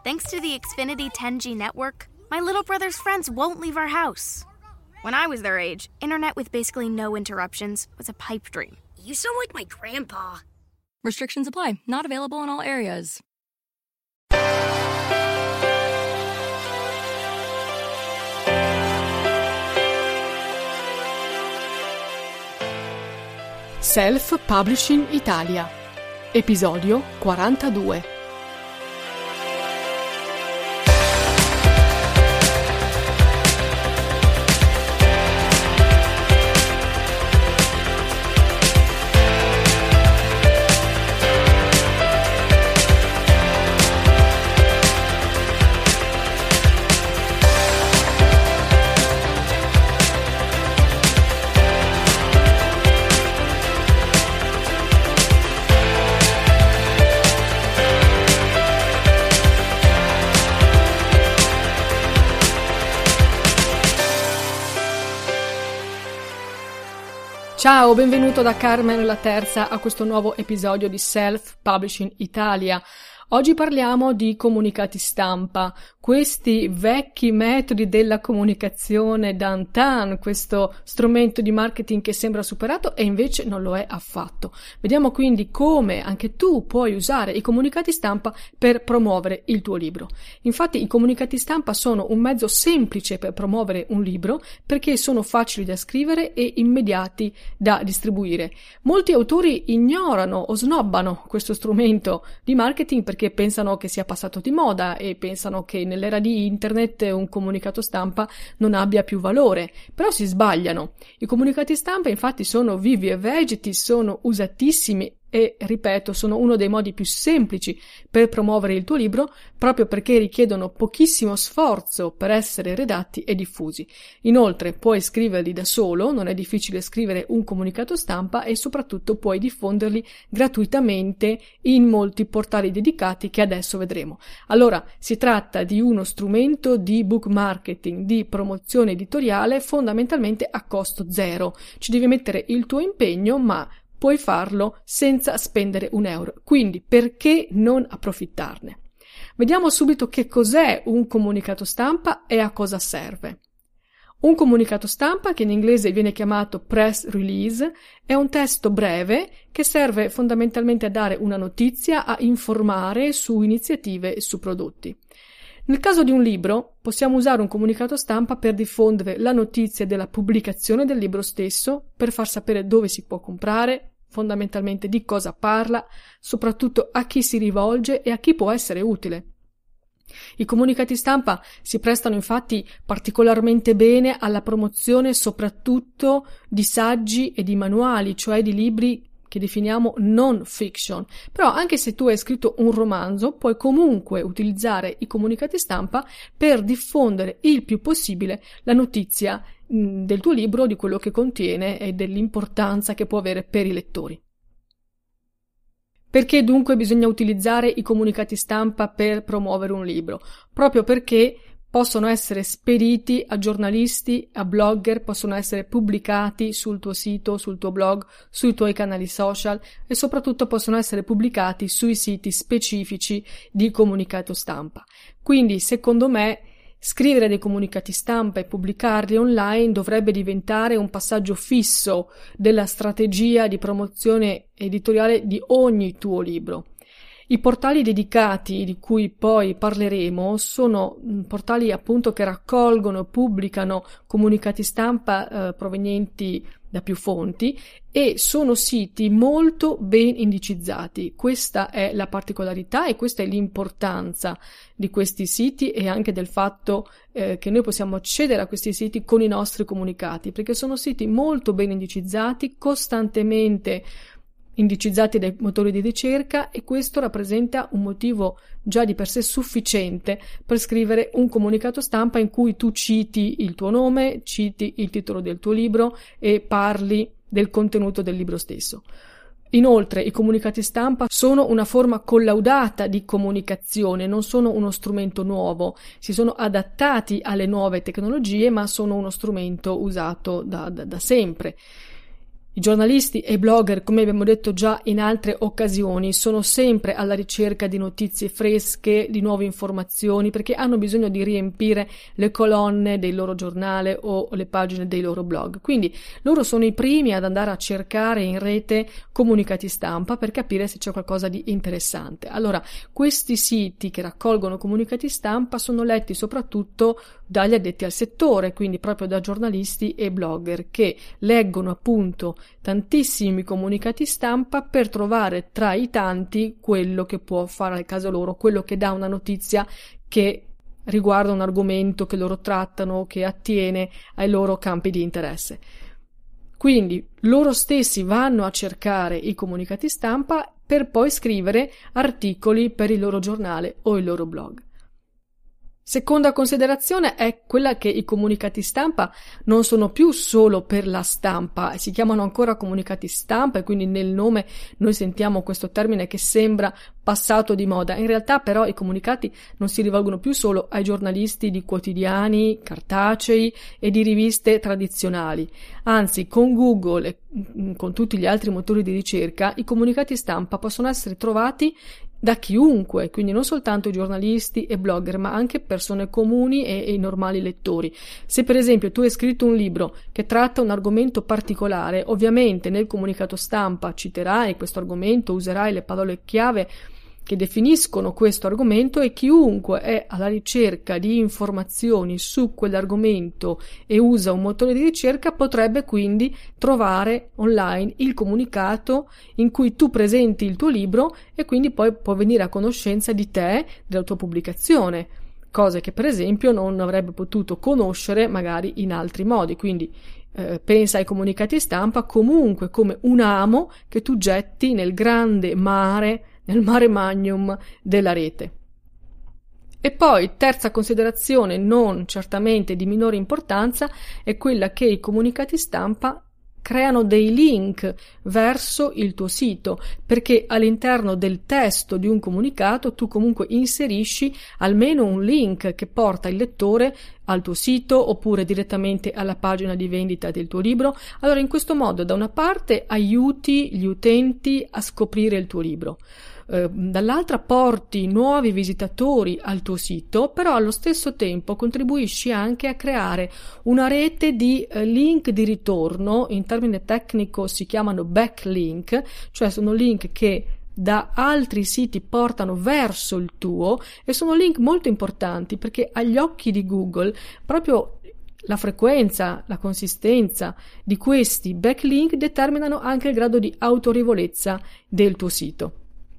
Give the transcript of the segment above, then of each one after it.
Thanks to the Xfinity 10G network, my little brother's friends won't leave our house. When I was their age, internet with basically no interruptions was a pipe dream. You sound like my grandpa. Restrictions apply. Not available in all areas. Self-Publishing Italia. Episodio 42. Ciao, benvenuto da Carmen la Terza a questo nuovo episodio di Self-Publishing Italia. Oggi parliamo di comunicati stampa, questi vecchi metodi della comunicazione d'antan, questo strumento di marketing che sembra superato e invece non lo è affatto. Vediamo quindi come anche tu puoi usare i comunicati stampa per promuovere il tuo libro. Infatti i comunicati stampa sono un mezzo semplice per promuovere un libro perché sono facili da scrivere e immediati da distribuire. Molti autori ignorano o snobbano questo strumento di marketing perché pensano che sia passato di moda e pensano che nell'era di internet un comunicato stampa non abbia più valore, però si sbagliano. I comunicati stampa infatti sono vivi e vegeti, sono usatissimi e, ripeto, sono uno dei modi più semplici per promuovere il tuo libro proprio perché richiedono pochissimo sforzo per essere redatti e diffusi. Inoltre puoi scriverli da solo, non è difficile scrivere un comunicato stampa e soprattutto puoi diffonderli gratuitamente in molti portali dedicati che adesso vedremo. Allora, si tratta di uno strumento di book marketing, di promozione editoriale fondamentalmente a costo zero. Ci devi mettere il tuo impegno, ma puoi farlo senza spendere un euro. Quindi perché non approfittarne? Vediamo subito che cos'è un comunicato stampa e a cosa serve. Un comunicato stampa, che in inglese viene chiamato press release, è un testo breve che serve fondamentalmente a dare una notizia, a informare su iniziative e su prodotti. Nel caso di un libro, possiamo usare un comunicato stampa per diffondere la notizia della pubblicazione del libro stesso, per far sapere dove si può comprare, fondamentalmente di cosa parla, soprattutto a chi si rivolge e a chi può essere utile. I comunicati stampa si prestano infatti particolarmente bene alla promozione soprattutto di saggi e di manuali, cioè di libri che definiamo non fiction, però anche se tu hai scritto un romanzo puoi comunque utilizzare i comunicati stampa per diffondere il più possibile la notizia del tuo libro, di quello che contiene e dell'importanza che può avere per i lettori. Perché dunque bisogna utilizzare i comunicati stampa per promuovere un libro? Proprio perché possono essere spediti a giornalisti, a blogger, possono essere pubblicati sul tuo sito, sul tuo blog, sui tuoi canali social e soprattutto possono essere pubblicati sui siti specifici di comunicato stampa. Quindi, secondo me, scrivere dei comunicati stampa e pubblicarli online dovrebbe diventare un passaggio fisso della strategia di promozione editoriale di ogni tuo libro. I portali dedicati di cui poi parleremo sono portali appunto che raccolgono e pubblicano comunicati stampa provenienti da più fonti e sono siti molto ben indicizzati. Questa è la particolarità e questa è l'importanza di questi siti e anche del fatto che noi possiamo accedere a questi siti con i nostri comunicati, perché sono siti molto ben indicizzati, costantemente indicizzati dai motori di ricerca e questo rappresenta un motivo già di per sé sufficiente per scrivere un comunicato stampa in cui tu citi il tuo nome, citi il titolo del tuo libro e parli del contenuto del libro stesso. Inoltre, i comunicati stampa sono una forma collaudata di comunicazione, non sono uno strumento nuovo, si sono adattati alle nuove tecnologie, ma sono uno strumento usato da sempre. I giornalisti e i blogger, come abbiamo detto già in altre occasioni, sono sempre alla ricerca di notizie fresche, di nuove informazioni, perché hanno bisogno di riempire le colonne del loro giornale o le pagine dei loro blog. Quindi loro sono i primi ad andare a cercare in rete comunicati stampa per capire se c'è qualcosa di interessante. Allora, questi siti che raccolgono comunicati stampa sono letti soprattutto dagli addetti al settore, quindi proprio da giornalisti e blogger che leggono appunto tantissimi comunicati stampa per trovare tra i tanti quello che può fare al caso loro, quello che dà una notizia che riguarda un argomento che loro trattano, che attiene ai loro campi di interesse. Quindi loro stessi vanno a cercare i comunicati stampa per poi scrivere articoli per il loro giornale o il loro blog. Seconda considerazione è quella che i comunicati stampa non sono più solo per la stampa, si chiamano ancora comunicati stampa e quindi nel nome noi sentiamo questo termine che sembra passato di moda. In realtà però i comunicati non si rivolgono più solo ai giornalisti di quotidiani, cartacei e di riviste tradizionali. Anzi, con Google e con tutti gli altri motori di ricerca, i comunicati stampa possono essere trovati da chiunque, quindi non soltanto i giornalisti e blogger, ma anche persone comuni e i normali lettori. Se per esempio tu hai scritto un libro che tratta un argomento particolare, ovviamente nel comunicato stampa citerai questo argomento, userai le parole chiave che definiscono questo argomento e chiunque è alla ricerca di informazioni su quell'argomento e usa un motore di ricerca potrebbe quindi trovare online il comunicato in cui tu presenti il tuo libro e quindi poi può venire a conoscenza di te, della tua pubblicazione, cose che per esempio non avrebbe potuto conoscere magari in altri modi. Quindi pensa ai comunicati stampa comunque come un amo che tu getti nel grande mare, nel mare magnum della rete. E poi, terza considerazione, non certamente di minore importanza, è quella che i comunicati stampa creano dei link verso il tuo sito, perché all'interno del testo di un comunicato tu comunque inserisci almeno un link che porta il lettore al tuo sito oppure direttamente alla pagina di vendita del tuo libro. Allora in questo modo da una parte aiuti gli utenti a scoprire il tuo libro, dall'altra porti nuovi visitatori al tuo sito, però allo stesso tempo contribuisci anche a creare una rete di link di ritorno. In termine tecnico si chiamano backlink, cioè sono link che da altri siti portano verso il tuo e sono link molto importanti perché agli occhi di Google proprio la frequenza, la consistenza di questi backlink determinano anche il grado di autorevolezza del tuo sito.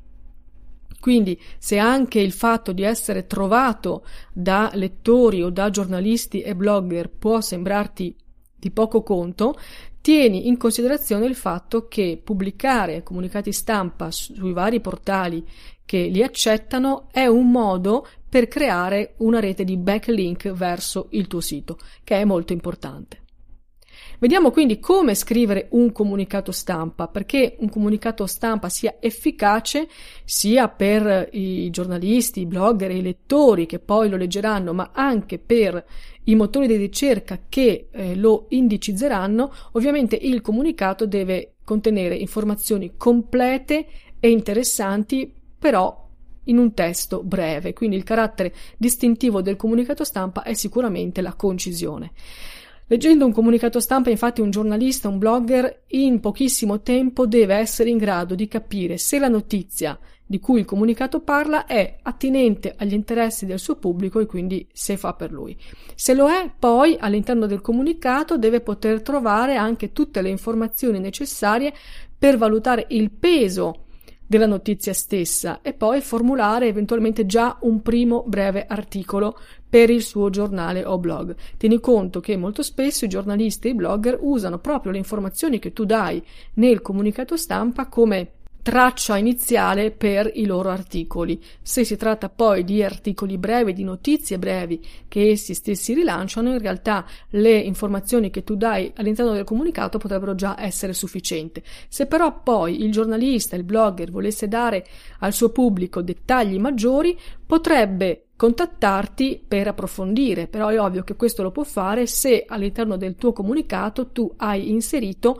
Quindi se anche il fatto di essere trovato da lettori o da giornalisti e blogger può sembrarti di poco conto, tieni in considerazione il fatto che pubblicare comunicati stampa sui vari portali che li accettano è un modo per creare una rete di backlink verso il tuo sito, che è molto importante. Vediamo quindi come scrivere un comunicato stampa, perché un comunicato stampa sia efficace sia per i giornalisti, i blogger e i lettori che poi lo leggeranno, ma anche per i motori di ricerca che lo indicizzeranno. Ovviamente il comunicato deve contenere informazioni complete e interessanti, però in un testo breve. Quindi il carattere distintivo del comunicato stampa è sicuramente la concisione. Leggendo un comunicato stampa, infatti, un giornalista, un blogger, in pochissimo tempo deve essere in grado di capire se la notizia di cui il comunicato parla è attinente agli interessi del suo pubblico e quindi se fa per lui. Se lo è, poi all'interno del comunicato deve poter trovare anche tutte le informazioni necessarie per valutare il peso della notizia stessa e poi formulare eventualmente già un primo breve articolo per il suo giornale o blog. Tieni conto che molto spesso i giornalisti e i blogger usano proprio le informazioni che tu dai nel comunicato stampa come traccia iniziale per i loro articoli. Se si tratta poi di articoli brevi, di notizie brevi che essi stessi rilanciano, in realtà le informazioni che tu dai all'interno del comunicato potrebbero già essere sufficienti. Se però poi il giornalista, il blogger volesse dare al suo pubblico dettagli maggiori, potrebbe contattarti per approfondire, però è ovvio che questo lo può fare se all'interno del tuo comunicato tu hai inserito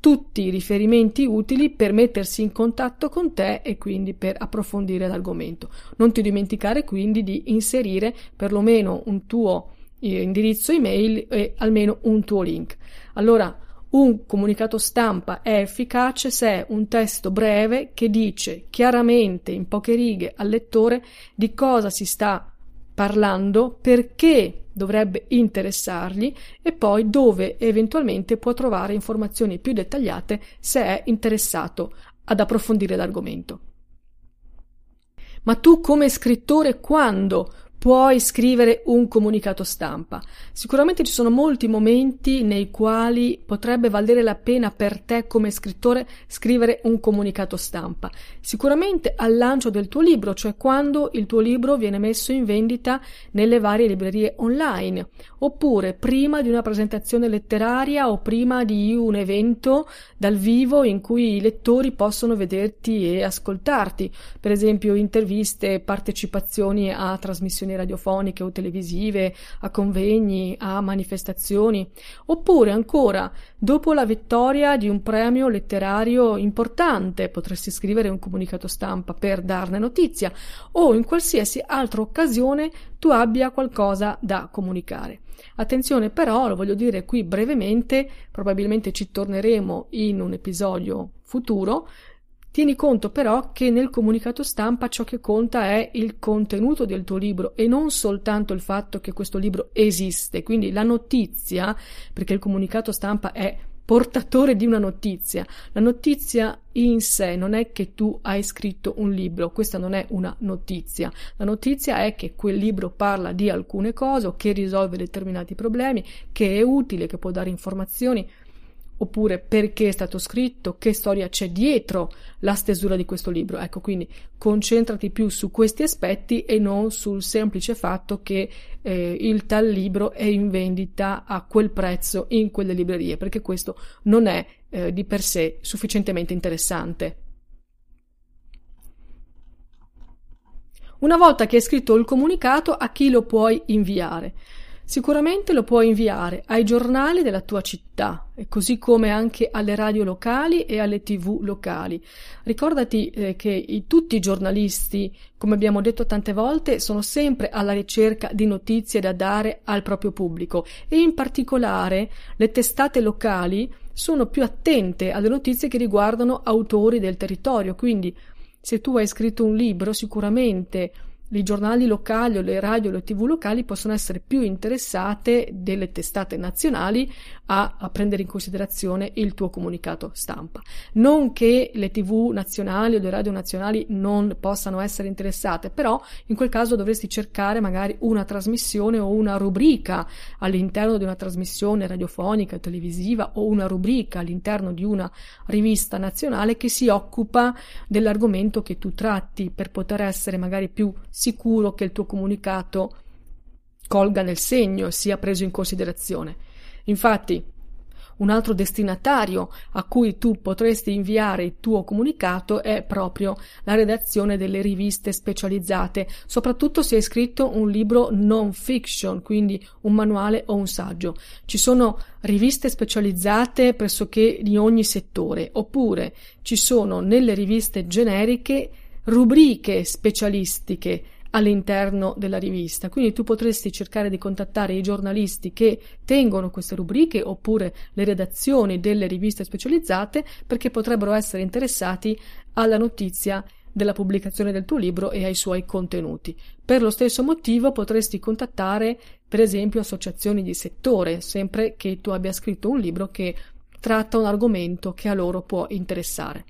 tutti i riferimenti utili per mettersi in contatto con te e quindi per approfondire l'argomento. Non ti dimenticare quindi di inserire perlomeno un tuo indirizzo email e almeno un tuo link. Allora, un comunicato stampa è efficace se è un testo breve che dice chiaramente in poche righe al lettore di cosa si sta parlando, perché dovrebbe interessargli e poi dove eventualmente può trovare informazioni più dettagliate se è interessato ad approfondire l'argomento. Ma tu come scrittore quando puoi scrivere un comunicato stampa? Sicuramente ci sono molti momenti nei quali potrebbe valere la pena per te come scrittore scrivere un comunicato stampa. Sicuramente al lancio del tuo libro, cioè quando il tuo libro viene messo in vendita nelle varie librerie online, oppure prima di una presentazione letteraria o prima di un evento dal vivo in cui i lettori possono vederti e ascoltarti, per esempio interviste, partecipazioni a trasmissioni radiofoniche o televisive, a convegni, a manifestazioni, oppure ancora dopo la vittoria di un premio letterario importante potresti scrivere un comunicato stampa per darne notizia, o in qualsiasi altra occasione tu abbia qualcosa da comunicare. Attenzione però, lo voglio dire qui brevemente, probabilmente ci torneremo in un episodio futuro. Tieni conto però che nel comunicato stampa ciò che conta è il contenuto del tuo libro e non soltanto il fatto che questo libro esiste, quindi la notizia, perché il comunicato stampa è portatore di una notizia. La notizia in sé non è che tu hai scritto un libro, questa non è una notizia. La notizia è che quel libro parla di alcune cose, che risolve determinati problemi, che è utile, che può dare informazioni, oppure perché è stato scritto, che storia c'è dietro la stesura di questo libro. Ecco, quindi concentrati più su questi aspetti e non sul semplice fatto che il tal libro è in vendita a quel prezzo in quelle librerie, perché questo non è di per sé sufficientemente interessante. Una volta che hai scritto il comunicato, a chi lo puoi inviare? Sicuramente lo puoi inviare ai giornali della tua città, così come anche alle radio locali e alle TV locali. Ricordati che tutti i giornalisti, come abbiamo detto tante volte, sono sempre alla ricerca di notizie da dare al proprio pubblico e in particolare le testate locali sono più attente alle notizie che riguardano autori del territorio. Quindi se tu hai scritto un libro, sicuramente i giornali locali o le radio o le TV locali possono essere più interessate delle testate nazionali a prendere in considerazione il tuo comunicato stampa. Non che le TV nazionali o le radio nazionali non possano essere interessate, però in quel caso dovresti cercare magari una trasmissione o una rubrica all'interno di una trasmissione radiofonica, televisiva, o una rubrica all'interno di una rivista nazionale che si occupa dell'argomento che tu tratti, per poter essere magari più sicuro che il tuo comunicato colga nel segno e sia preso in considerazione. Infatti, un altro destinatario a cui tu potresti inviare il tuo comunicato è proprio la redazione delle riviste specializzate, soprattutto se hai scritto un libro non fiction, quindi un manuale o un saggio. Ci sono riviste specializzate pressoché di ogni settore, oppure ci sono nelle riviste generiche rubriche specialistiche all'interno della rivista, quindi tu potresti cercare di contattare i giornalisti che tengono queste rubriche oppure le redazioni delle riviste specializzate, perché potrebbero essere interessati alla notizia della pubblicazione del tuo libro e ai suoi contenuti. Per lo stesso motivo potresti contattare per esempio associazioni di settore, sempre che tu abbia scritto un libro che tratta un argomento che a loro può interessare.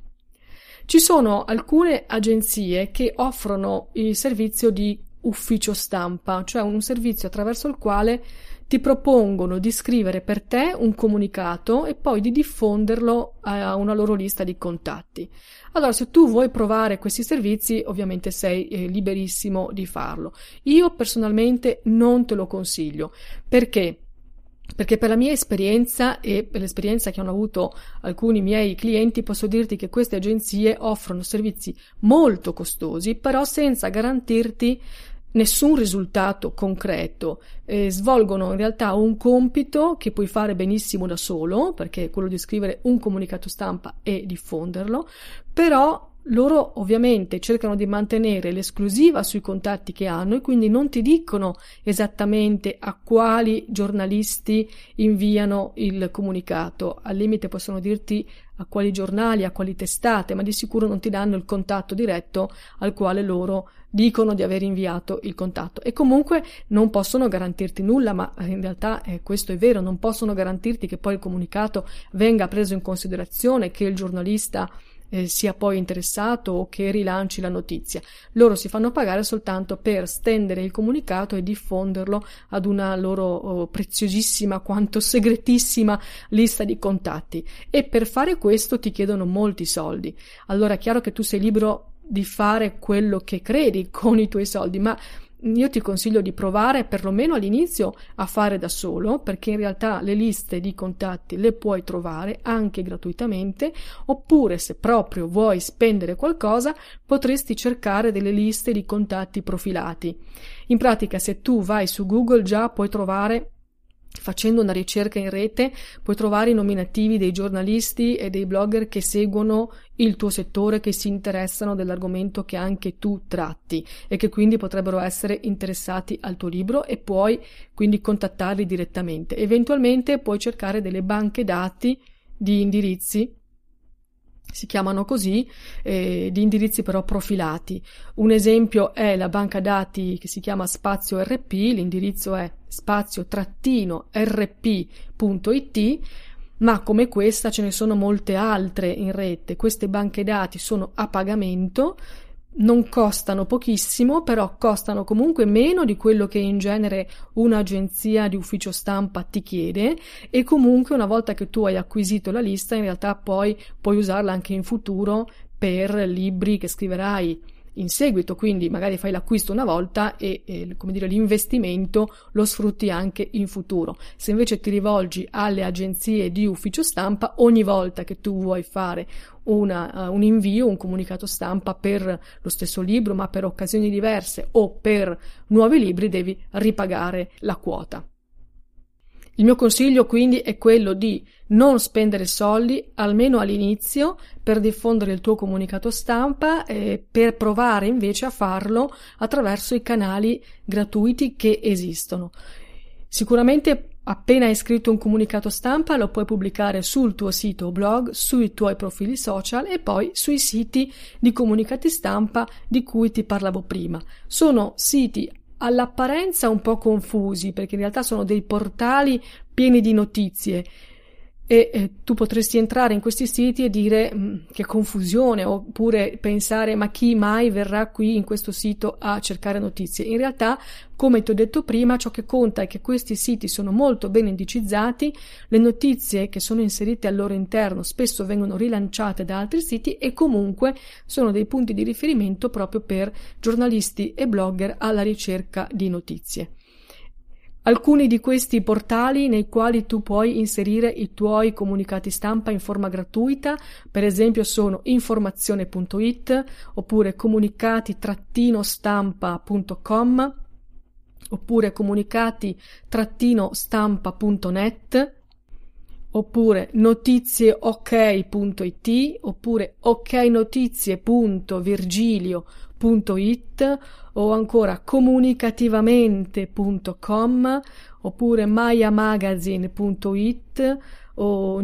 Ci sono alcune agenzie che offrono il servizio di ufficio stampa, cioè un servizio attraverso il quale ti propongono di scrivere per te un comunicato e poi di diffonderlo a una loro lista di contatti. Allora, se tu vuoi provare questi servizi, ovviamente sei liberissimo di farlo. Io personalmente non te lo consiglio. Perché? Perché per la mia esperienza e per l'esperienza che hanno avuto alcuni miei clienti posso dirti che queste agenzie offrono servizi molto costosi, però senza garantirti nessun risultato concreto, svolgono in realtà un compito che puoi fare benissimo da solo, perché è quello di scrivere un comunicato stampa e diffonderlo, però loro ovviamente cercano di mantenere l'esclusiva sui contatti che hanno e quindi non ti dicono esattamente a quali giornalisti inviano il comunicato. Al limite possono dirti a quali giornali, a quali testate, ma di sicuro non ti danno il contatto diretto al quale loro dicono di aver inviato il contatto. E comunque non possono garantirti nulla, ma in realtà questo è vero, non possono garantirti che poi il comunicato venga preso in considerazione, che il giornalista sia poi interessato o che rilanci la notizia. Loro si fanno pagare soltanto per stendere il comunicato e diffonderlo ad una loro preziosissima quanto segretissima lista di contatti, e per fare questo ti chiedono molti soldi. Allora è chiaro che tu sei libero di fare quello che credi con i tuoi soldi, ma io ti consiglio di provare perlomeno all'inizio a fare da solo, perché in realtà le liste di contatti le puoi trovare anche gratuitamente, oppure se proprio vuoi spendere qualcosa potresti cercare delle liste di contatti profilati. In pratica, se tu vai su Google già puoi trovare, facendo una ricerca in rete, puoi trovare i nominativi dei giornalisti e dei blogger che seguono il tuo settore, che si interessano dell'argomento che anche tu tratti e che quindi potrebbero essere interessati al tuo libro, e puoi quindi contattarli direttamente. Eventualmente puoi cercare delle banche dati di indirizzi, si chiamano così, di indirizzi però profilati. Un esempio è la banca dati che si chiama Spazio RP, l'indirizzo è spazio-rp.it, ma come questa ce ne sono molte altre in rete. Queste banche dati sono a pagamento, non costano pochissimo, però costano comunque meno di quello che in genere un'agenzia di ufficio stampa ti chiede, e comunque una volta che tu hai acquisito la lista in realtà poi puoi usarla anche in futuro per libri che scriverai in seguito, quindi magari fai l'acquisto una volta e come dire, l'investimento lo sfrutti anche in futuro. Se invece ti rivolgi alle agenzie di ufficio stampa, ogni volta che tu vuoi fare un invio, un comunicato stampa per lo stesso libro ma per occasioni diverse o per nuovi libri, devi ripagare la quota. Il mio consiglio quindi è quello di non spendere soldi, almeno all'inizio, per diffondere il tuo comunicato stampa, per provare invece a farlo attraverso i canali gratuiti che esistono. Sicuramente appena hai scritto un comunicato stampa lo puoi pubblicare sul tuo sito o blog, sui tuoi profili social e poi sui siti di comunicati stampa di cui ti parlavo prima. Sono siti all'apparenza un po' confusi, perché in realtà sono dei portali pieni di notizie e tu potresti entrare in questi siti e dire che confusione, oppure pensare ma chi mai verrà qui in questo sito a cercare notizie. In realtà, come ti ho detto prima, ciò che conta è che questi siti sono molto ben indicizzati, le notizie che sono inserite al loro interno spesso vengono rilanciate da altri siti e comunque sono dei punti di riferimento proprio per giornalisti e blogger alla ricerca di notizie. Alcuni di questi portali nei quali tu puoi inserire i tuoi comunicati stampa in forma gratuita, per esempio sono informazione.it, oppure comunicati-stampa.com, oppure comunicati-stampa.net, oppure notizieok.it, oppure oknotizie.virgilio.it, o ancora comunicativamente.com, oppure mayamagazine.it o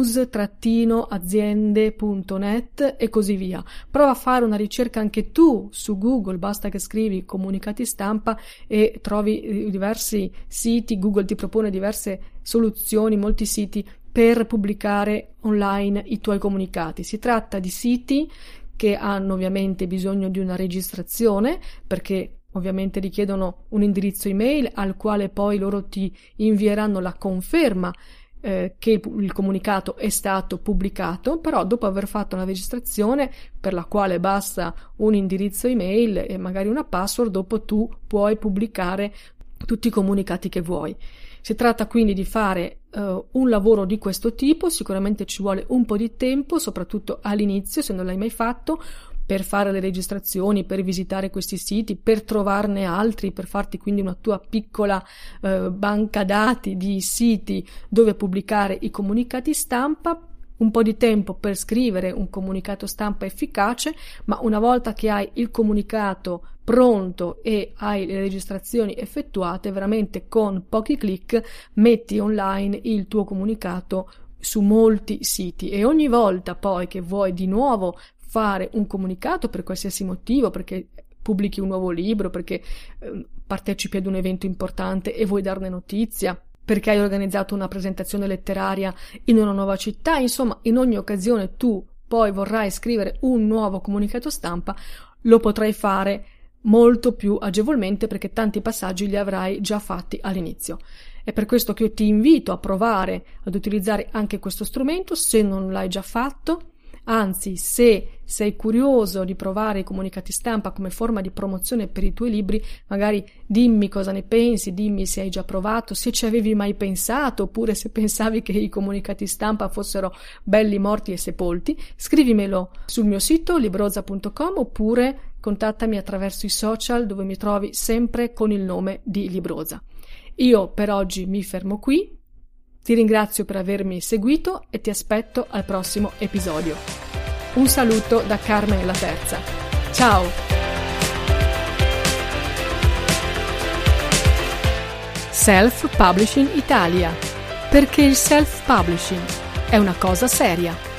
news-aziende.net e così via. Prova a fare una ricerca anche tu su Google, basta che scrivi comunicati stampa e trovi diversi siti. Google ti propone diverse soluzioni, molti siti per pubblicare online i tuoi comunicati. Si tratta di siti che hanno ovviamente bisogno di una registrazione, perché ovviamente richiedono un indirizzo email al quale poi loro ti invieranno la conferma che il comunicato è stato pubblicato, però dopo aver fatto una registrazione per la quale basta un indirizzo email e magari una password, dopo tu puoi pubblicare tutti i comunicati che vuoi. Si tratta quindi di fare un lavoro di questo tipo, sicuramente ci vuole un po' di tempo, soprattutto all'inizio se non l'hai mai fatto. per fare le registrazioni, per visitare questi siti, per trovarne altri, per farti quindi una tua piccola banca dati di siti dove pubblicare i comunicati stampa, un po' di tempo per scrivere un comunicato stampa efficace, ma una volta che hai il comunicato pronto e hai le registrazioni effettuate, veramente con pochi click metti online il tuo comunicato su molti siti. E ogni volta poi che vuoi di nuovo fare un comunicato per qualsiasi motivo, perché pubblichi un nuovo libro, perché partecipi ad un evento importante e vuoi darne notizia, perché hai organizzato una presentazione letteraria in una nuova città, insomma, in ogni occasione tu poi vorrai scrivere un nuovo comunicato stampa, lo potrai fare molto più agevolmente perché tanti passaggi li avrai già fatti all'inizio. È per questo che io ti invito a provare ad utilizzare anche questo strumento se non l'hai già fatto. Anzi, se sei curioso di provare i comunicati stampa come forma di promozione per i tuoi libri, magari dimmi cosa ne pensi, dimmi se hai già provato, se ci avevi mai pensato, oppure se pensavi che i comunicati stampa fossero belli morti e sepolti. Scrivimelo sul mio sito libroza.com oppure contattami attraverso i social, dove mi trovi sempre con il nome di Libroza. Io per oggi mi fermo qui. Ti ringrazio per avermi seguito e ti aspetto al prossimo episodio. Un saluto da Carmen la Terza. Ciao! Self Publishing Italia. Perché il self publishing è una cosa seria.